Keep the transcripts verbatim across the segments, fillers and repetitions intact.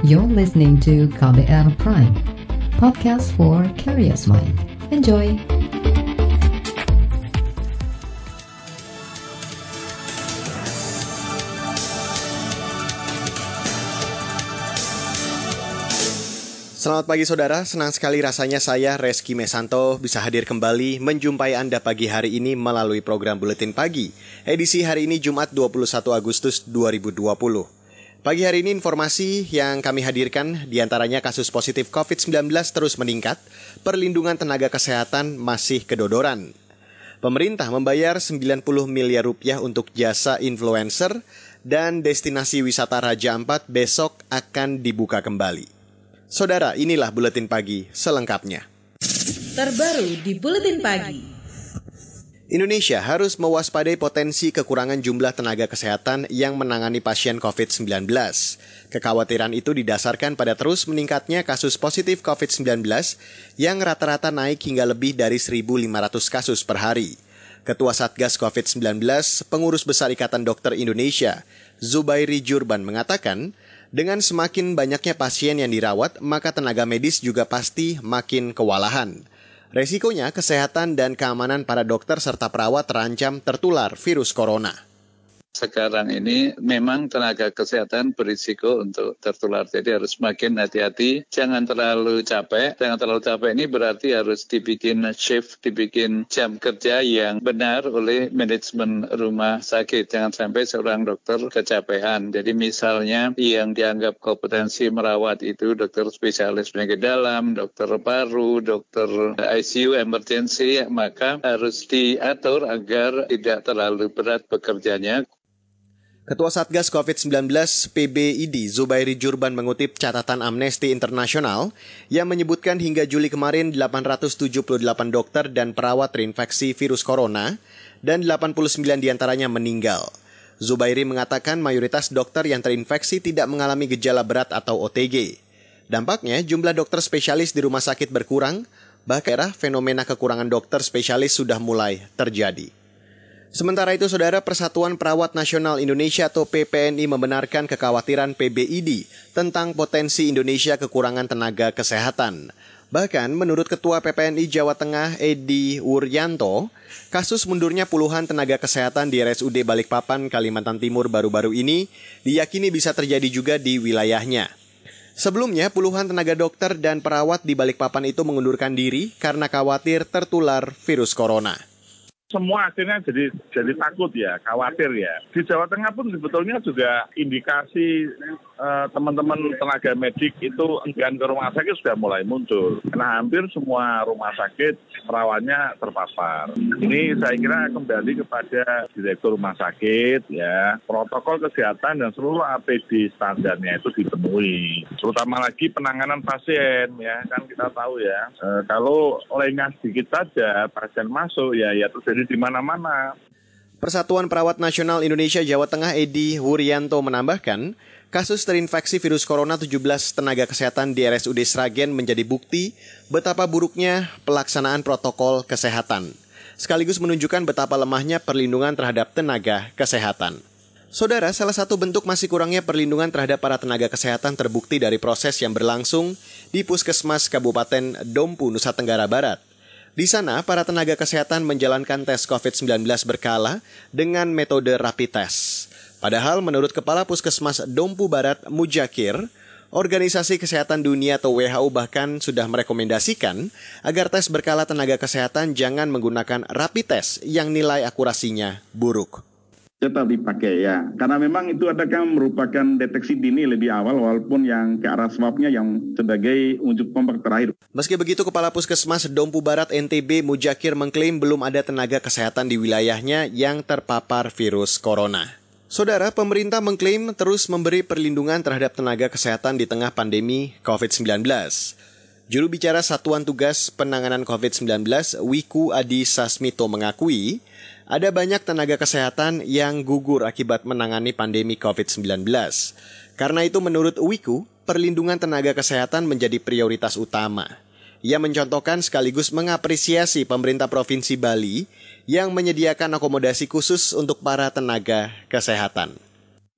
You're listening to K B R Prime, podcast for curious mind. Enjoy! Selamat pagi saudara, senang sekali rasanya saya Reski Mesanto bisa hadir kembali menjumpai Anda pagi hari ini melalui program Buletin Pagi. Edisi hari ini Jumat dua puluh satu Agustus dua ribu dua puluh. Pagi hari ini informasi yang kami hadirkan diantaranya kasus positif covid sembilan belas terus meningkat, perlindungan tenaga kesehatan masih kedodoran. Pemerintah membayar sembilan puluh miliar rupiah untuk jasa influencer dan destinasi wisata Raja Ampat besok akan dibuka kembali. Saudara, inilah Buletin Pagi selengkapnya. Terbaru di Buletin Pagi. Indonesia harus mewaspadai potensi kekurangan jumlah tenaga kesehatan yang menangani pasien covid sembilan belas. Kekhawatiran itu didasarkan pada terus meningkatnya kasus positif covid sembilan belas yang rata-rata naik hingga lebih dari seribu lima ratus kasus per hari. Ketua Satgas covid sembilan belas, Pengurus Besar Ikatan Dokter Indonesia, Zubairi Jurban mengatakan, dengan semakin banyaknya pasien yang dirawat, maka tenaga medis juga pasti makin kewalahan. Resikonya, kesehatan dan keamanan para dokter serta perawat terancam tertular virus corona. Sekarang ini memang tenaga kesehatan berisiko untuk tertular. Jadi harus semakin hati-hati, jangan terlalu capek. Jangan terlalu capek ini berarti harus dibikin shift, dibikin jam kerja yang benar oleh manajemen rumah sakit. Jangan sampai seorang dokter kecapean. Jadi misalnya yang dianggap kompetensi merawat itu dokter spesialis penyakit dalam, dokter paru, dokter I C U emergency, maka harus diatur agar tidak terlalu berat bekerjanya. Ketua Satgas covid sembilan belas P B I D Zubairi Jurban mengutip catatan Amnesty International yang menyebutkan hingga Juli kemarin delapan ratus tujuh puluh delapan dokter dan perawat terinfeksi virus corona dan delapan puluh sembilan diantaranya meninggal. Zubairi mengatakan mayoritas dokter yang terinfeksi tidak mengalami gejala berat atau O T G. Dampaknya jumlah dokter spesialis di rumah sakit berkurang, bahkan fenomena kekurangan dokter spesialis sudah mulai terjadi. Sementara itu, Saudara, Persatuan Perawat Nasional Indonesia atau P P N I membenarkan kekhawatiran P B I D tentang potensi Indonesia kekurangan tenaga kesehatan. Bahkan, menurut Ketua P P N I Jawa Tengah Edi Wuryanto, kasus mundurnya puluhan tenaga kesehatan di R S U D Balikpapan, Kalimantan Timur baru-baru ini diyakini bisa terjadi juga di wilayahnya. Sebelumnya, puluhan tenaga dokter dan perawat di Balikpapan itu mengundurkan diri karena khawatir tertular virus corona. Semua akhirnya jadi jadi takut ya, khawatir ya. Di Jawa Tengah pun sebetulnya juga indikasi eh, teman-teman tenaga medik itu enggan ke rumah sakit sudah mulai muncul. Karena hampir semua rumah sakit perawatnya terpapar. Ini saya kira kembali kepada direktur rumah sakit ya, protokol kesehatan dan seluruh A P D standarnya itu dipenuhi. Terutama lagi penanganan pasien ya, kan kita tahu ya. Eh, kalau lengah sedikit saja pasien masuk ya ya terjadi di mana-mana. Persatuan Perawat Nasional Indonesia Jawa Tengah Edi Wuryanto menambahkan, kasus terinfeksi virus corona tujuh belas tenaga kesehatan di R S U D Sragen menjadi bukti betapa buruknya pelaksanaan protokol kesehatan, sekaligus menunjukkan betapa lemahnya perlindungan terhadap tenaga kesehatan. Saudara, salah satu bentuk masih kurangnya perlindungan terhadap para tenaga kesehatan terbukti dari proses yang berlangsung di Puskesmas Kabupaten Dompu, Nusa Tenggara Barat. Di sana, para tenaga kesehatan menjalankan tes covid sembilan belas berkala dengan metode rapid test. Padahal menurut Kepala Puskesmas Dompu Barat, Mujakir, Organisasi Kesehatan Dunia atau W H O bahkan sudah merekomendasikan agar tes berkala tenaga kesehatan jangan menggunakan rapid test yang nilai akurasinya buruk. Tetap dipakai ya, karena memang itu adalah merupakan deteksi dini lebih awal walaupun yang ke arah swabnya yang sebagai uji kompak terakhir. Meski begitu, Kepala Puskesmas Dompu Barat N T B Mujakir mengklaim belum ada tenaga kesehatan di wilayahnya yang terpapar virus corona. Saudara, pemerintah mengklaim terus memberi perlindungan terhadap tenaga kesehatan di tengah pandemi covid sembilan belas. Juru bicara Satuan Tugas Penanganan covid sembilan belas, Wiku Adi Sasmito mengakui, ada banyak tenaga kesehatan yang gugur akibat menangani pandemi covid sembilan belas. Karena itu menurut Wiku, perlindungan tenaga kesehatan menjadi prioritas utama. Ia mencontohkan sekaligus mengapresiasi pemerintah Provinsi Bali yang menyediakan akomodasi khusus untuk para tenaga kesehatan.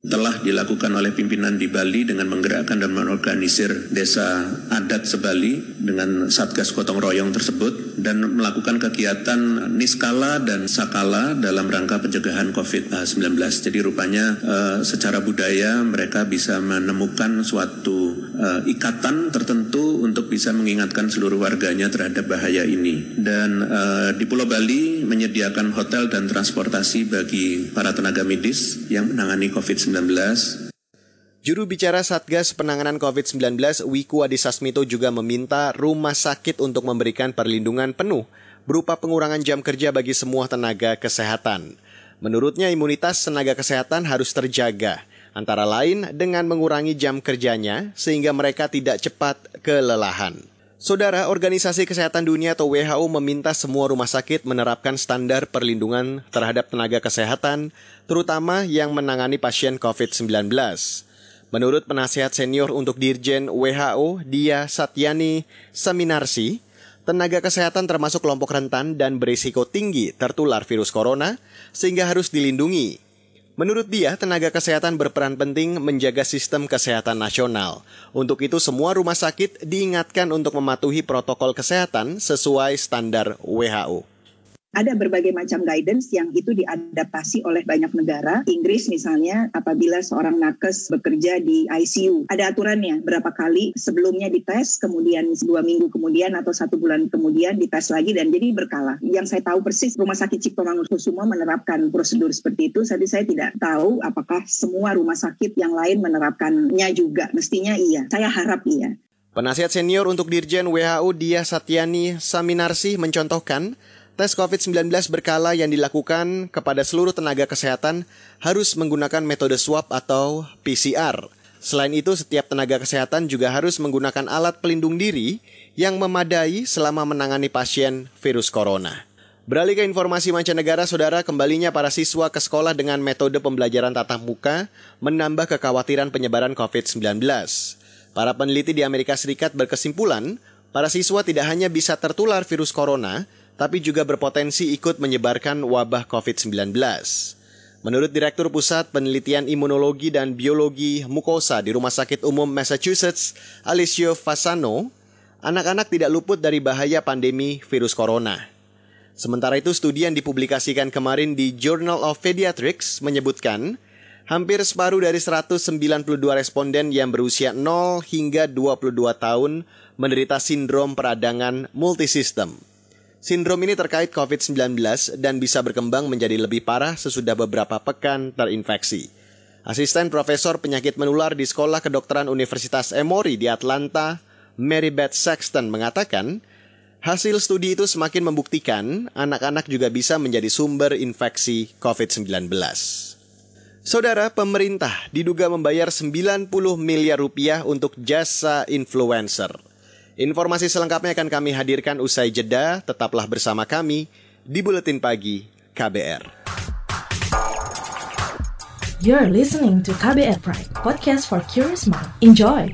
telah dilakukan oleh pimpinan di Bali dengan menggerakkan dan mengorganisir desa adat sebali dengan Satgas Gotong Royong tersebut dan melakukan kegiatan Niskala dan Sakala dalam rangka pencegahan covid sembilan belas. Jadi rupanya uh, secara budaya mereka bisa menemukan suatu uh, ikatan tertentu untuk bisa mengingatkan seluruh warganya terhadap bahaya ini. Dan uh, di Pulau Bali menyediakan hotel dan transportasi bagi para tenaga medis yang menangani covid sembilan belas. Juru bicara Satgas Penanganan covid sembilan belas Wiku Adisasmito juga meminta rumah sakit untuk memberikan perlindungan penuh berupa pengurangan jam kerja bagi semua tenaga kesehatan. Menurutnya imunitas tenaga kesehatan harus terjaga, antara lain dengan mengurangi jam kerjanya sehingga mereka tidak cepat kelelahan. Saudara, Organisasi Kesehatan Dunia atau W H O meminta semua rumah sakit menerapkan standar perlindungan terhadap tenaga kesehatan, terutama yang menangani pasien covid sembilan belas. Menurut penasihat senior untuk Dirjen W H O, Dia Satyani Saminarsi, tenaga kesehatan termasuk kelompok rentan dan berisiko tinggi tertular virus corona, sehingga harus dilindungi. Menurut dia, tenaga kesehatan berperan penting menjaga sistem kesehatan nasional. Untuk itu, semua rumah sakit diingatkan untuk mematuhi protokol kesehatan sesuai standar W H O. Ada berbagai macam guidance yang itu diadaptasi oleh banyak negara. Inggris misalnya, apabila seorang nakes bekerja di I C U, ada aturannya berapa kali sebelumnya dites, kemudian dua minggu kemudian atau satu bulan kemudian dites lagi, dan jadi berkala. Yang saya tahu persis Rumah Sakit Cipto Mangunkusumo menerapkan prosedur seperti itu. Jadi saya tidak tahu apakah semua rumah sakit yang lain menerapkannya juga. Mestinya iya. Saya harap iya. Penasihat senior untuk Dirjen W H O Dia Satyani Saminarsi mencontohkan, tes covid sembilan belas berkala yang dilakukan kepada seluruh tenaga kesehatan harus menggunakan metode swab atau P C R. Selain itu, setiap tenaga kesehatan juga harus menggunakan alat pelindung diri yang memadai selama menangani pasien virus corona. Beralih ke informasi mancanegara, saudara, kembalinya para siswa ke sekolah dengan metode pembelajaran tatap muka menambah kekhawatiran penyebaran covid sembilan belas. Para peneliti di Amerika Serikat berkesimpulan, para siswa tidak hanya bisa tertular virus corona, tapi juga berpotensi ikut menyebarkan wabah covid sembilan belas. Menurut Direktur Pusat Penelitian Imunologi dan Biologi Mukosa di Rumah Sakit Umum Massachusetts, Alessio Fasano, anak-anak tidak luput dari bahaya pandemi virus corona. Sementara itu, studi yang dipublikasikan kemarin di Journal of Pediatrics menyebutkan, hampir separuh dari seratus sembilan puluh dua responden yang berusia nol hingga dua puluh dua tahun menderita sindrom peradangan multisistem. Sindrom ini terkait covid sembilan belas dan bisa berkembang menjadi lebih parah sesudah beberapa pekan terinfeksi. Asisten Profesor Penyakit Menular di Sekolah Kedokteran Universitas Emory di Atlanta, Mary Beth Sexton mengatakan, hasil studi itu semakin membuktikan anak-anak juga bisa menjadi sumber infeksi covid sembilan belas. Saudara, pemerintah diduga membayar sembilan puluh miliar rupiah untuk jasa influencer. Informasi selengkapnya akan kami hadirkan usai jeda. Tetaplah bersama kami di Buletin Pagi K B R. You're listening to K B R Pride, podcast for curious mind. Enjoy!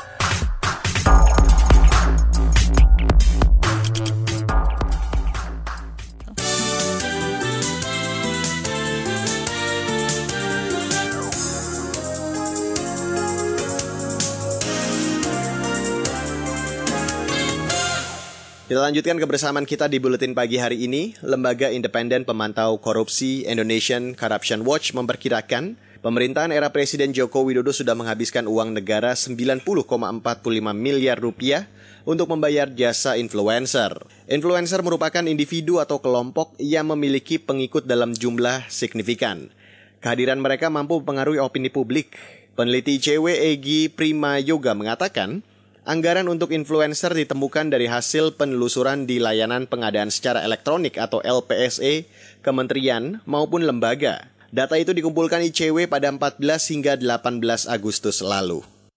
Kita lanjutkan kebersamaan kita di Buletin Pagi hari ini. Lembaga Independen Pemantau Korupsi Indonesian Corruption Watch memperkirakan pemerintahan era Presiden Joko Widodo sudah menghabiskan uang negara sembilan puluh koma empat puluh lima miliar rupiah untuk membayar jasa influencer. Influencer merupakan individu atau kelompok yang memiliki pengikut dalam jumlah signifikan. Kehadiran mereka mampu mempengaruhi opini publik. Peneliti I C W Egy Prima Yoga mengatakan, anggaran untuk influencer ditemukan dari hasil penelusuran di layanan pengadaan secara elektronik atau L P S E, kementerian maupun lembaga. Data itu dikumpulkan I C W pada empat belas hingga delapan belas Agustus lalu.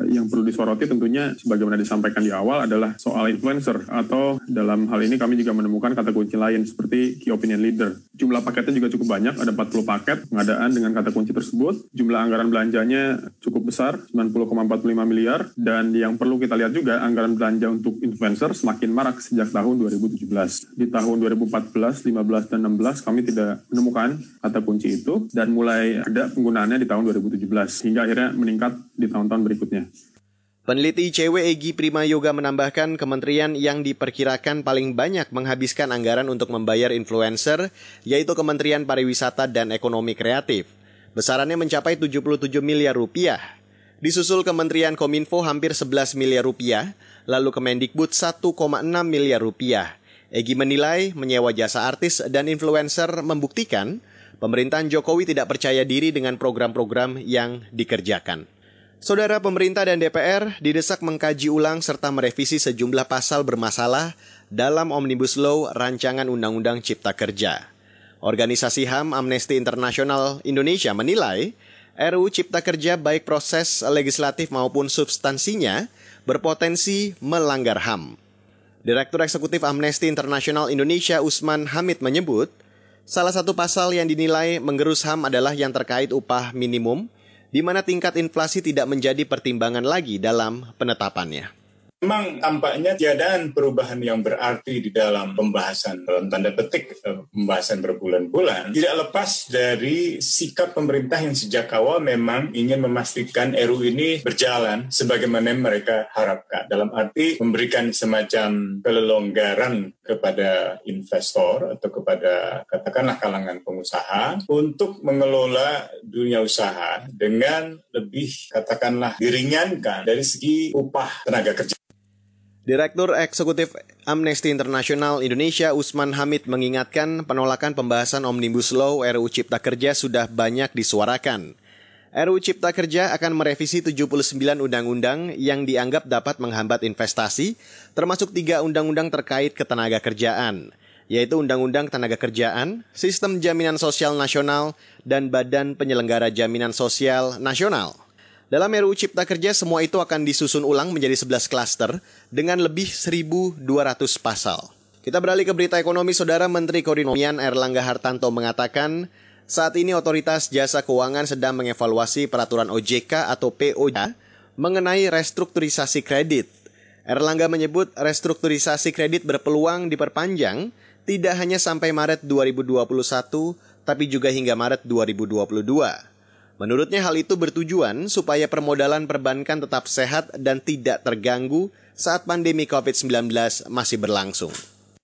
yang perlu disoroti tentunya sebagaimana disampaikan di awal adalah soal influencer, atau dalam hal ini kami juga menemukan kata kunci lain seperti key opinion leader. Jumlah paketnya juga cukup banyak, ada empat puluh paket pengadaan dengan kata kunci tersebut. Jumlah anggaran belanjanya cukup besar, sembilan puluh koma empat puluh lima miliar, dan yang perlu kita lihat juga anggaran belanja untuk influencer semakin marak sejak tahun dua ribu tujuh belas. Di tahun dua ribu empat belas, lima belas, dan enam belas kami tidak menemukan kata kunci itu, dan mulai ada penggunaannya di tahun dua ribu tujuh belas hingga akhirnya meningkat di tahun-tahun berikutnya. Peneliti I C W Egy Primayoga menambahkan kementerian yang diperkirakan paling banyak menghabiskan anggaran untuk membayar influencer yaitu Kementerian Pariwisata dan Ekonomi Kreatif. Besarannya mencapai tujuh puluh tujuh miliar rupiah. Disusul Kementerian Kominfo hampir sebelas miliar rupiah, lalu Kemendikbud satu koma enam miliar rupiah. Egy menilai menyewa jasa artis dan influencer membuktikan pemerintahan Jokowi tidak percaya diri dengan program-program yang dikerjakan. Saudara, pemerintah dan D P R didesak mengkaji ulang serta merevisi sejumlah pasal bermasalah dalam Omnibus Law Rancangan Undang-Undang Cipta Kerja. Organisasi H A M Amnesty International Indonesia menilai R U U Cipta Kerja baik proses legislatif maupun substansinya berpotensi melanggar H A M. Direktur Eksekutif Amnesty International Indonesia Usman Hamid menyebut, salah satu pasal yang dinilai menggerus H A M adalah yang terkait upah minimum, di mana tingkat inflasi tidak menjadi pertimbangan lagi dalam penetapannya. Memang tampaknya tiadaan perubahan yang berarti di dalam pembahasan, dalam tanda petik pembahasan berbulan-bulan, tidak lepas dari sikap pemerintah yang sejak awal memang ingin memastikan R U U ini berjalan sebagaimana mereka harapkan. Dalam arti memberikan semacam kelonggaran kepada investor atau kepada katakanlah kalangan pengusaha untuk mengelola dunia usaha dengan lebih katakanlah diringankan dari segi upah tenaga kerja. Direktur Eksekutif Amnesty International Indonesia Usman Hamid mengingatkan penolakan pembahasan Omnibus Law R U U Cipta Kerja sudah banyak disuarakan. R U U Cipta Kerja akan merevisi tujuh puluh sembilan undang-undang yang dianggap dapat menghambat investasi, termasuk tiga undang-undang terkait ketenaga kerjaan, yaitu Undang-Undang Tenaga Kerjaan, Sistem Jaminan Sosial Nasional, dan Badan Penyelenggara Jaminan Sosial Nasional. Dalam R U U Cipta Kerja, semua itu akan disusun ulang menjadi sebelas klaster dengan lebih seribu dua ratus pasal. Kita beralih ke berita ekonomi, Saudara. Menteri Koordinasi Erlangga Hartanto mengatakan, saat ini Otoritas Jasa Keuangan sedang mengevaluasi peraturan O J K atau P O J K mengenai restrukturisasi kredit. Erlangga menyebut restrukturisasi kredit berpeluang diperpanjang tidak hanya sampai Maret dua ribu dua puluh satu, tapi juga hingga Maret dua ribu dua puluh dua. Menurutnya hal itu bertujuan supaya permodalan perbankan tetap sehat dan tidak terganggu saat pandemi covid sembilan belas masih berlangsung.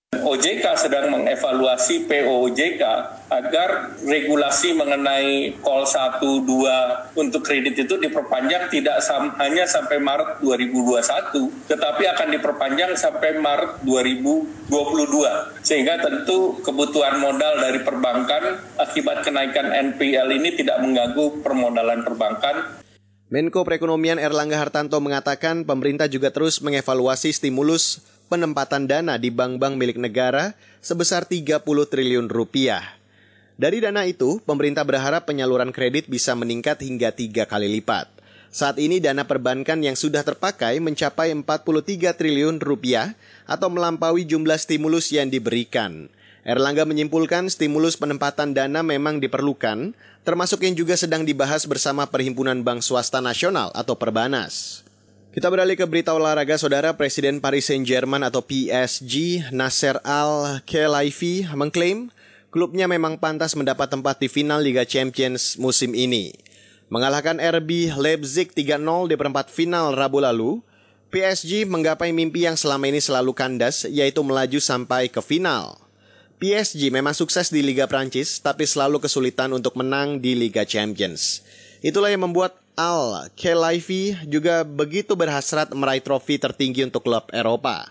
O J K sedang mengevaluasi P O J K agar regulasi mengenai call satu dua untuk kredit itu diperpanjang tidak sam- hanya sampai Maret dua ribu dua puluh satu, tetapi akan diperpanjang sampai Maret dua ribu dua puluh dua. Sehingga tentu kebutuhan modal dari perbankan akibat kenaikan N P L ini tidak mengganggu permodalan perbankan. Menko Perekonomian Erlangga Hartanto mengatakan pemerintah juga terus mengevaluasi stimulus penempatan dana di bank-bank milik negara sebesar tiga puluh triliun rupiah. Dari dana itu, pemerintah berharap penyaluran kredit bisa meningkat hingga tiga kali lipat. Saat ini dana perbankan yang sudah terpakai mencapai empat puluh tiga triliun rupiah atau melampaui jumlah stimulus yang diberikan. Erlangga menyimpulkan stimulus penempatan dana memang diperlukan, termasuk yang juga sedang dibahas bersama Perhimpunan Bank Swasta Nasional atau Perbanas. Kita beralih ke berita olahraga, Saudara. Presiden Paris Saint-Germain atau P S G, Nasser Al-Khelaifi, mengklaim klubnya memang pantas mendapat tempat di final Liga Champions musim ini. Mengalahkan R B Leipzig tiga nol di perempat final Rabu lalu, P S G menggapai mimpi yang selama ini selalu kandas, yaitu melaju sampai ke final. P S G memang sukses di Liga Prancis, tapi selalu kesulitan untuk menang di Liga Champions. Itulah yang membuat Al-Khelaifi juga begitu berhasrat meraih trofi tertinggi untuk klub Eropa.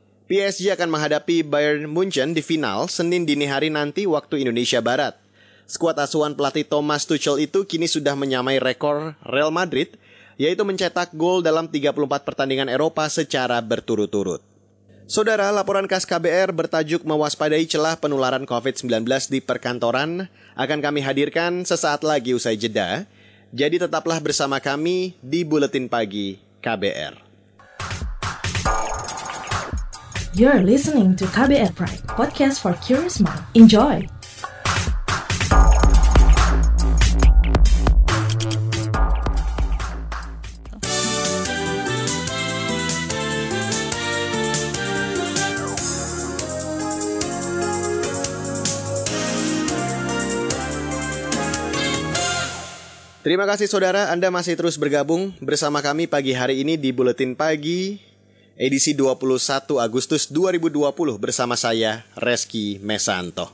P S G akan menghadapi Bayern Munchen di final Senin dini hari nanti waktu Indonesia Barat. Skuad asuhan pelatih Thomas Tuchel itu kini sudah menyamai rekor Real Madrid, yaitu mencetak gol dalam tiga puluh empat pertandingan Eropa secara berturut-turut. Saudara, laporan khas K B R bertajuk mewaspadai celah penularan covid sembilan belas di perkantoran akan kami hadirkan sesaat lagi usai jeda. Jadi tetaplah bersama kami di Buletin Pagi K K B R. You're listening to K B R Pride, podcast for curious mind. Enjoy! Terima kasih saudara, Anda masih terus bergabung bersama kami pagi hari ini di Buletin Pagi edisi dua puluh satu Agustus dua ribu dua puluh bersama saya, Reski Mesanto.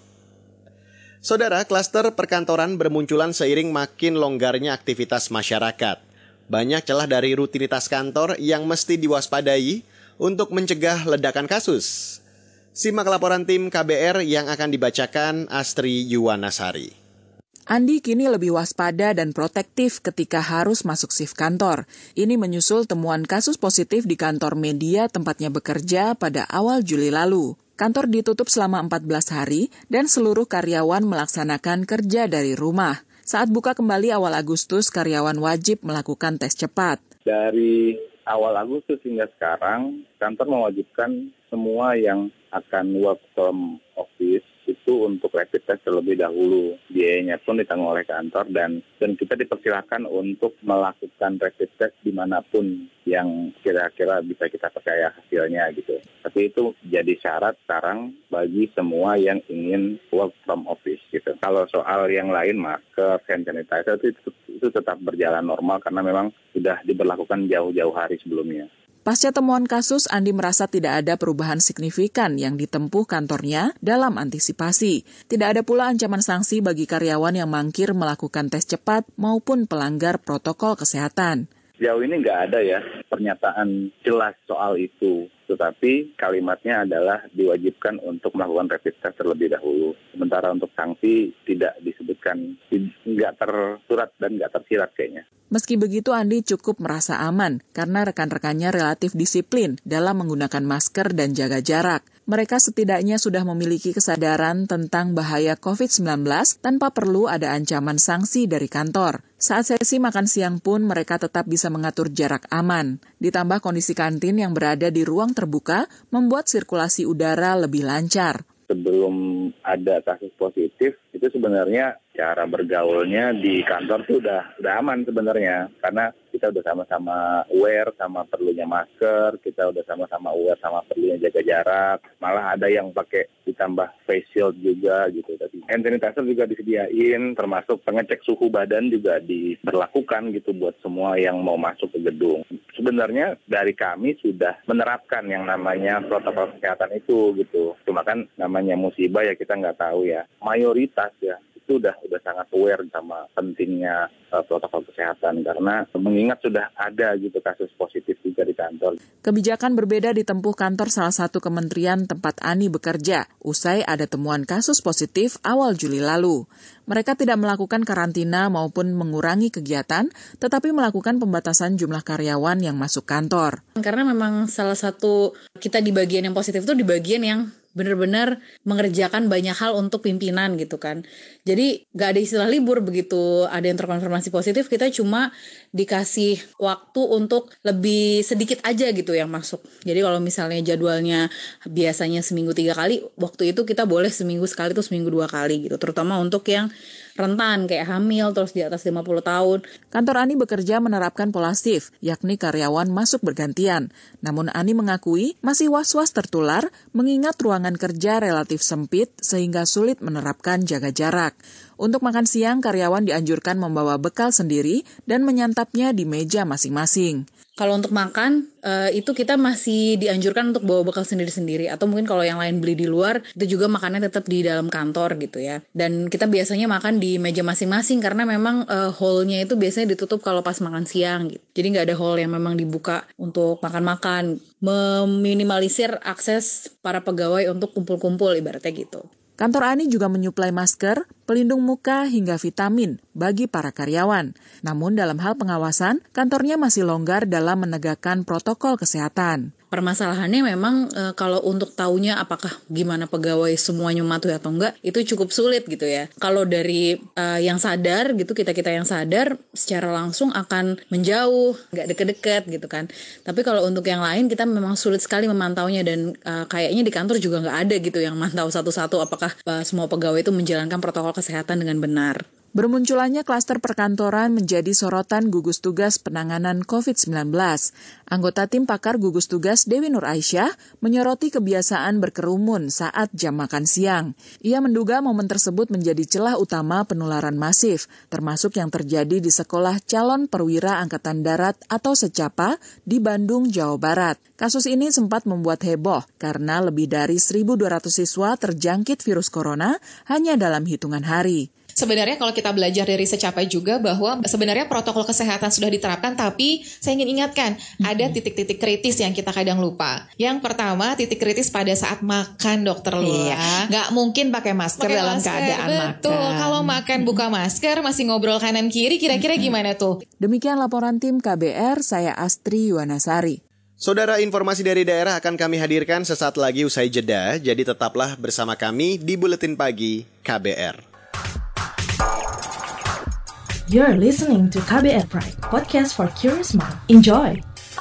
Saudara, klaster perkantoran bermunculan seiring makin longgarnya aktivitas masyarakat. Banyak celah dari rutinitas kantor yang mesti diwaspadai untuk mencegah ledakan kasus. Simak laporan tim K B R yang akan dibacakan Astri Yuwanasari. Andi kini lebih waspada dan protektif ketika harus masuk shift kantor. Ini menyusul temuan kasus positif di kantor media tempatnya bekerja pada awal Juli lalu. Kantor ditutup selama empat belas hari dan seluruh karyawan melaksanakan kerja dari rumah. Saat buka kembali awal Agustus, karyawan wajib melakukan tes cepat. Dari awal Agustus hingga sekarang, kantor mewajibkan semua yang akan work from office itu untuk rapid test terlebih dahulu. Biayanya pun ditanggung oleh kantor dan dan kita dipersilakan untuk melakukan rapid test dimanapun yang kira-kira bisa kita percaya hasilnya gitu. Tapi itu jadi syarat sekarang bagi semua yang ingin work from office gitu. Kalau soal yang lain, masker, hand sanitizer itu, itu tetap berjalan normal karena memang sudah diberlakukan jauh-jauh hari sebelumnya. Pasca temuan kasus, Andi merasa tidak ada perubahan signifikan yang ditempuh kantornya dalam antisipasi. Tidak ada pula ancaman sanksi bagi karyawan yang mangkir melakukan tes cepat maupun pelanggar protokol kesehatan. Sejauh ini nggak ada ya pernyataan jelas soal itu. Tetapi kalimatnya adalah diwajibkan untuk melakukan rapid test terlebih dahulu. Sementara untuk sanksi tidak disebutkan, nggak tersurat dan nggak tersirat kayaknya. Meski begitu, Andi cukup merasa aman karena rekan-rekannya relatif disiplin dalam menggunakan masker dan jaga jarak. Mereka setidaknya sudah memiliki kesadaran tentang bahaya covid sembilan belas tanpa perlu ada ancaman sanksi dari kantor. Saat sesi makan siang pun mereka tetap bisa mengatur jarak aman. Ditambah kondisi kantin yang berada di ruang terbuka membuat sirkulasi udara lebih lancar. Sebelum ada kasus positif, itu sebenarnya cara bergaulnya di kantor tuh udah udah aman sebenarnya, karena kita udah sama-sama aware sama perlunya masker, kita udah sama-sama aware sama perlunya jaga jarak, malah ada yang pakai ditambah face shield juga gitu. Tapi hand sanitizer juga disediain, termasuk pengecek suhu badan juga diberlakukan gitu buat semua yang mau masuk ke gedung. Sebenarnya dari kami sudah menerapkan yang namanya protokol kesehatan itu gitu. Cuma kan namanya musibah ya kita nggak tahu ya. Mayoritas ya itu udah udah sangat aware sama pentingnya uh, protokol kesehatan karena mengingat sudah ada gitu kasus positif juga di kantor. Kebijakan berbeda ditempuh kantor salah satu kementerian tempat Ani bekerja usai ada temuan kasus positif awal Juli lalu. Mereka tidak melakukan karantina maupun mengurangi kegiatan, tetapi melakukan pembatasan jumlah karyawan yang masuk kantor. Karena memang salah satu kita di bagian yang positif itu di bagian yang benar-benar mengerjakan banyak hal untuk pimpinan gitu kan. Jadi gak ada istilah libur begitu ada yang terkonfirmasi positif, kita cuma dikasih waktu untuk lebih sedikit aja gitu yang masuk. Jadi kalau misalnya jadwalnya biasanya seminggu tiga kali, waktu itu kita boleh seminggu sekali tuh seminggu dua kali gitu. Terutama untuk yang rentan kayak hamil terus di atas lima puluh tahun. Kantor Ani bekerja menerapkan pola shift, yakni karyawan masuk bergantian. Namun Ani mengakui masih was-was tertular mengingat ruangan kerja relatif sempit sehingga sulit menerapkan jaga jarak. Untuk makan siang, karyawan dianjurkan membawa bekal sendiri dan menyantapnya di meja masing-masing. Kalau untuk makan, uh, itu kita masih dianjurkan untuk bawa bekal sendiri-sendiri. Atau mungkin kalau yang lain beli di luar, itu juga makannya tetap di dalam kantor gitu ya. Dan kita biasanya makan di meja masing-masing karena memang uh, hall-nya itu biasanya ditutup kalau pas makan siang gitu. Jadi nggak ada hall yang memang dibuka untuk makan-makan. Meminimalisir akses para pegawai untuk kumpul-kumpul ibaratnya gitu. Kantor Ani juga menyuplai masker, pelindung muka hingga vitamin bagi para karyawan. Namun dalam hal pengawasan, kantornya masih longgar dalam menegakkan protokol kesehatan. permasalahannya memang e, kalau untuk taunya apakah gimana pegawai semuanya mematuhi atau enggak, itu cukup sulit gitu ya. Kalau dari e, yang sadar gitu, kita-kita yang sadar secara langsung akan menjauh, nggak deket-deket gitu kan. Tapi kalau untuk yang lain kita memang sulit sekali memantaunya, dan e, kayaknya di kantor juga nggak ada gitu yang mantau satu-satu apakah e, semua pegawai itu menjalankan protokol kesehatan dengan benar. Bermunculannya klaster perkantoran menjadi sorotan gugus tugas penanganan covid sembilan belas. Anggota tim pakar gugus tugas Dewi Nur Aisyah menyoroti kebiasaan berkerumun saat jam makan siang. Ia menduga momen tersebut menjadi celah utama penularan masif, termasuk yang terjadi di Sekolah Calon Perwira Angkatan Darat atau Secapa di Bandung, Jawa Barat. Kasus ini sempat membuat heboh karena lebih dari seribu dua ratus siswa terjangkit virus corona hanya dalam hitungan hari. Sebenarnya kalau kita belajar dari Secapa juga bahwa sebenarnya protokol kesehatan sudah diterapkan, tapi saya ingin ingatkan ada titik-titik kritis yang kita kadang lupa. Yang pertama, titik kritis pada saat makan, Dokter Lula. Iya. Nggak mungkin pakai masker Pakai dalam masker, keadaan betul. makan. Betul, kalau makan buka masker masih ngobrol kanan kiri, kira-kira gimana tuh? Demikian laporan tim K B R, saya Astri Yuwanasari. Saudara, informasi dari daerah akan kami hadirkan sesaat lagi usai jeda, jadi tetaplah bersama kami di Buletin Pagi K B R. You're listening to K B R Pride, podcast for curious mind. Enjoy!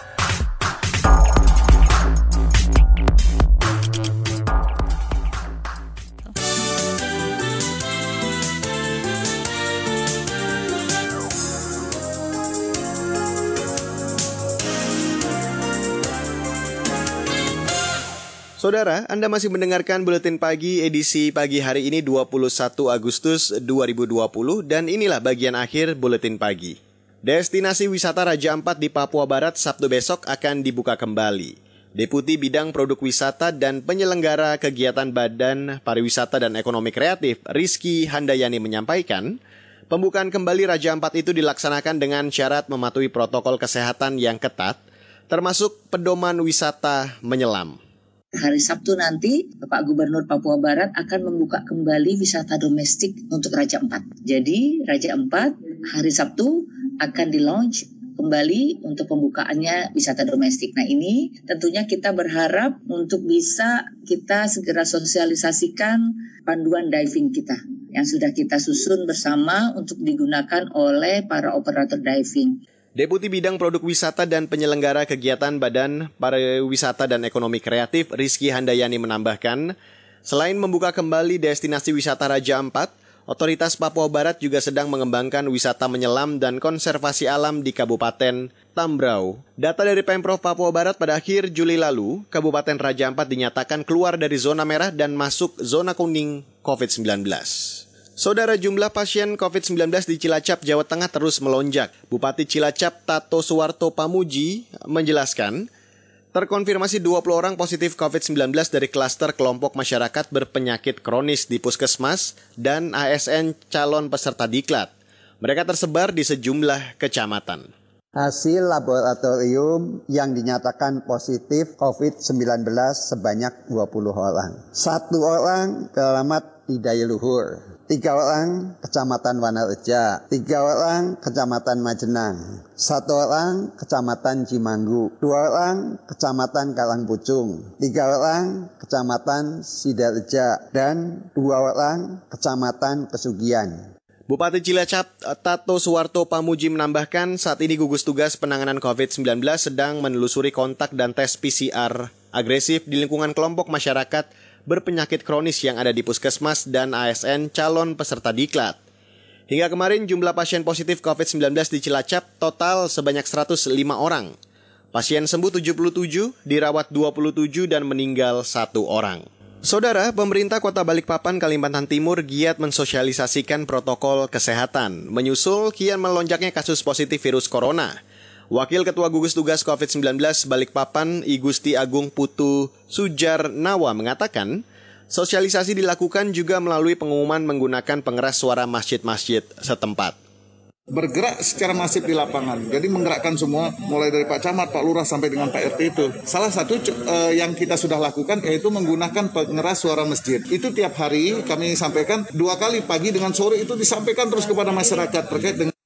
Saudara, Anda masih mendengarkan Buletin Pagi edisi pagi hari ini dua puluh satu Agustus dua ribu dua puluh dan inilah bagian akhir Buletin Pagi. Destinasi wisata Raja Ampat di Papua Barat Sabtu besok akan dibuka kembali. Deputi Bidang Produk Wisata dan Penyelenggara Kegiatan Badan Pariwisata dan Ekonomi Kreatif Rizky Handayani menyampaikan, pembukaan kembali Raja Ampat itu dilaksanakan dengan syarat mematuhi protokol kesehatan yang ketat, termasuk pedoman wisata menyelam. Hari Sabtu nanti, Bapak Gubernur Papua Barat akan membuka kembali wisata domestik untuk Raja Ampat. Jadi, Raja Ampat hari Sabtu akan di-launch kembali untuk pembukaannya wisata domestik. Nah, ini tentunya kita berharap untuk bisa kita segera sosialisasikan panduan diving kita yang sudah kita susun bersama untuk digunakan oleh para operator diving. Deputi Bidang Produk Wisata dan Penyelenggara Kegiatan Badan Pariwisata dan Ekonomi Kreatif Rizky Handayani menambahkan, selain membuka kembali destinasi wisata Raja Ampat, Otoritas Papua Barat juga sedang mengembangkan wisata menyelam dan konservasi alam di Kabupaten Tambrau. Data dari Pemprov Papua Barat pada akhir Juli lalu, Kabupaten Raja Ampat dinyatakan keluar dari zona merah dan masuk zona kuning covid sembilan belas. Saudara, jumlah pasien covid sembilan belas di Cilacap, Jawa Tengah terus melonjak. Bupati Cilacap Tato Suwarto Pamuji menjelaskan, terkonfirmasi dua puluh orang positif covid sembilan belas dari klaster kelompok masyarakat berpenyakit kronis di Puskesmas dan A S N calon peserta diklat. Mereka tersebar di sejumlah kecamatan. Hasil laboratorium yang dinyatakan positif covid sembilan belas sebanyak dua puluh orang. Satu orang keramat di Dayaluhur. Tiga orang Kecamatan Wanareja, tiga orang Kecamatan Majenang, satu orang Kecamatan Cimanggu, dua orang Kecamatan Karangpucung, tiga orang Kecamatan Sidareja, dan dua orang Kecamatan Kesugian. Bupati Cilacap Tato Suwarto Pamuji menambahkan saat ini gugus tugas penanganan covid sembilan belas sedang menelusuri kontak dan tes P C R agresif di lingkungan kelompok masyarakat berpenyakit kronis yang ada di Puskesmas dan A S N calon peserta diklat. Hingga kemarin jumlah pasien positif covid sembilan belas di Cilacap total sebanyak seratus lima orang. Pasien sembuh tujuh puluh tujuh, dirawat dua puluh tujuh dan meninggal satu orang. Saudara, pemerintah Kota Balikpapan, Kalimantan Timur giat mensosialisasikan protokol kesehatan, menyusul kian melonjaknya kasus positif virus corona. Wakil Ketua Gugus Tugas covid sembilan belas Balikpapan, I Gusti Agung Putu Sujarnawa mengatakan, sosialisasi dilakukan juga melalui pengumuman menggunakan pengeras suara masjid-masjid setempat. Bergerak secara masif di lapangan, jadi menggerakkan semua, mulai dari Pak Camat, Pak Lurah sampai dengan Pak R T itu. Salah satu uh, yang kita sudah lakukan yaitu menggunakan pengeras suara masjid. Itu tiap hari kami sampaikan, dua kali pagi dengan sore itu disampaikan terus kepada masyarakat terkait dengan.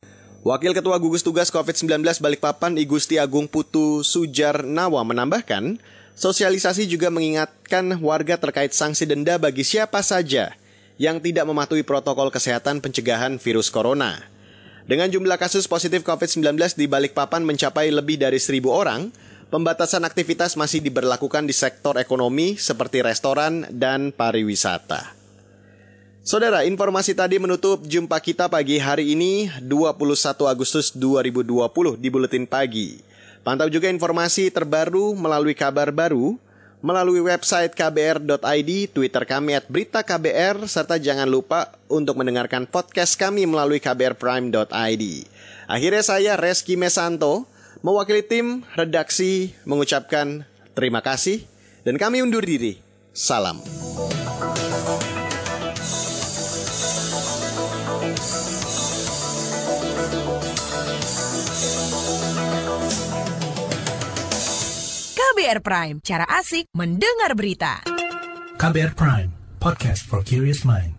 Wakil Ketua Gugus Tugas covid sembilan belas Balikpapan Igusti Agung Putu Sujarnawa menambahkan, sosialisasi juga mengingatkan warga terkait sanksi denda bagi siapa saja yang tidak mematuhi protokol kesehatan pencegahan virus corona. Dengan jumlah kasus positif covid sembilan belas di Balikpapan mencapai lebih dari seribu orang, pembatasan aktivitas masih diberlakukan di sektor ekonomi seperti restoran dan pariwisata. Saudara, informasi tadi menutup jumpa kita pagi hari ini dua puluh satu Agustus dua ribu dua puluh di Buletin Pagi. Pantau juga informasi terbaru melalui kabar baru, melalui website k b r dot i d, Twitter kami at berita k b r, serta jangan lupa untuk mendengarkan podcast kami melalui k b r prime dot i d. Akhirnya saya Reski Mesanto, mewakili tim redaksi mengucapkan terima kasih dan kami undur diri. Salam. K B R Prime, cara asik mendengar berita. K B R Prime, podcast for curious mind.